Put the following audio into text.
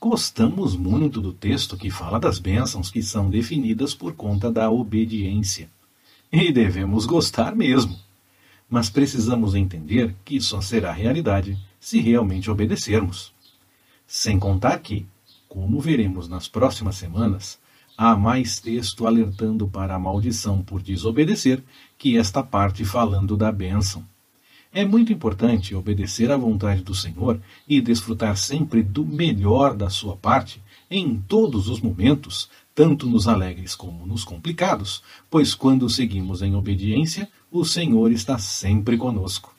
Gostamos muito do texto que fala das bênçãos que são definidas por conta da obediência. E devemos gostar mesmo. Mas precisamos entender que só será realidade se realmente obedecermos. Sem contar que, como veremos nas próximas semanas, há mais texto alertando para a maldição por desobedecer que esta parte falando da bênção. É muito importante obedecer à vontade do Senhor e desfrutar sempre do melhor da sua parte em todos os momentos, tanto nos alegres como nos complicados, pois quando seguimos em obediência, o Senhor está sempre conosco.